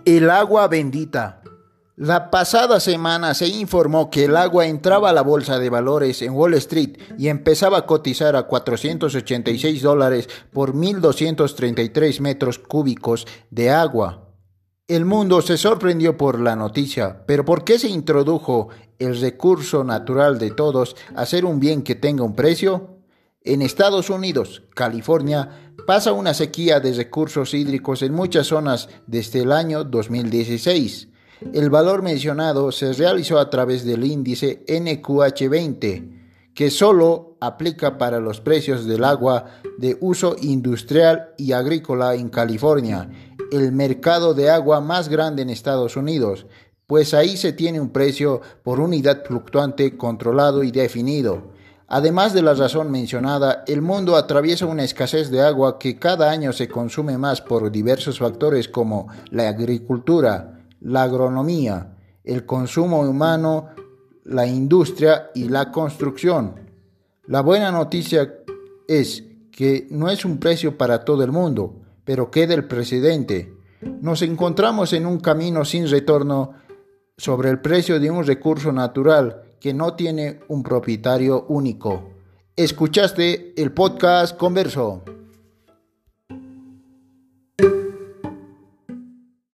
El agua bendita. La pasada semana se informó que el agua entraba a la bolsa de valores en Wall Street y empezaba a cotizar a $486 por 1.233 metros cúbicos de agua. El mundo se sorprendió por la noticia, pero ¿por qué se introdujo el recurso natural de todos a ser un bien que tenga un precio? En Estados Unidos, California, pasa una sequía de recursos hídricos en muchas zonas desde el año 2016. El valor mencionado se realizó a través del índice NQH20, que solo aplica para los precios del agua de uso industrial y agrícola en California, el mercado de agua más grande en Estados Unidos, pues ahí se tiene un precio por unidad fluctuante controlado y definido. Además de la razón mencionada, el mundo atraviesa una escasez de agua que cada año se consume más por diversos factores como la agricultura, la agronomía, el consumo humano, la industria y la construcción. La buena noticia es que no es un precio para todo el mundo, pero queda el precedente. Nos encontramos en un camino sin retorno sobre el precio de un recurso natural que no tiene un propietario único. Escuchaste el podcast Converso.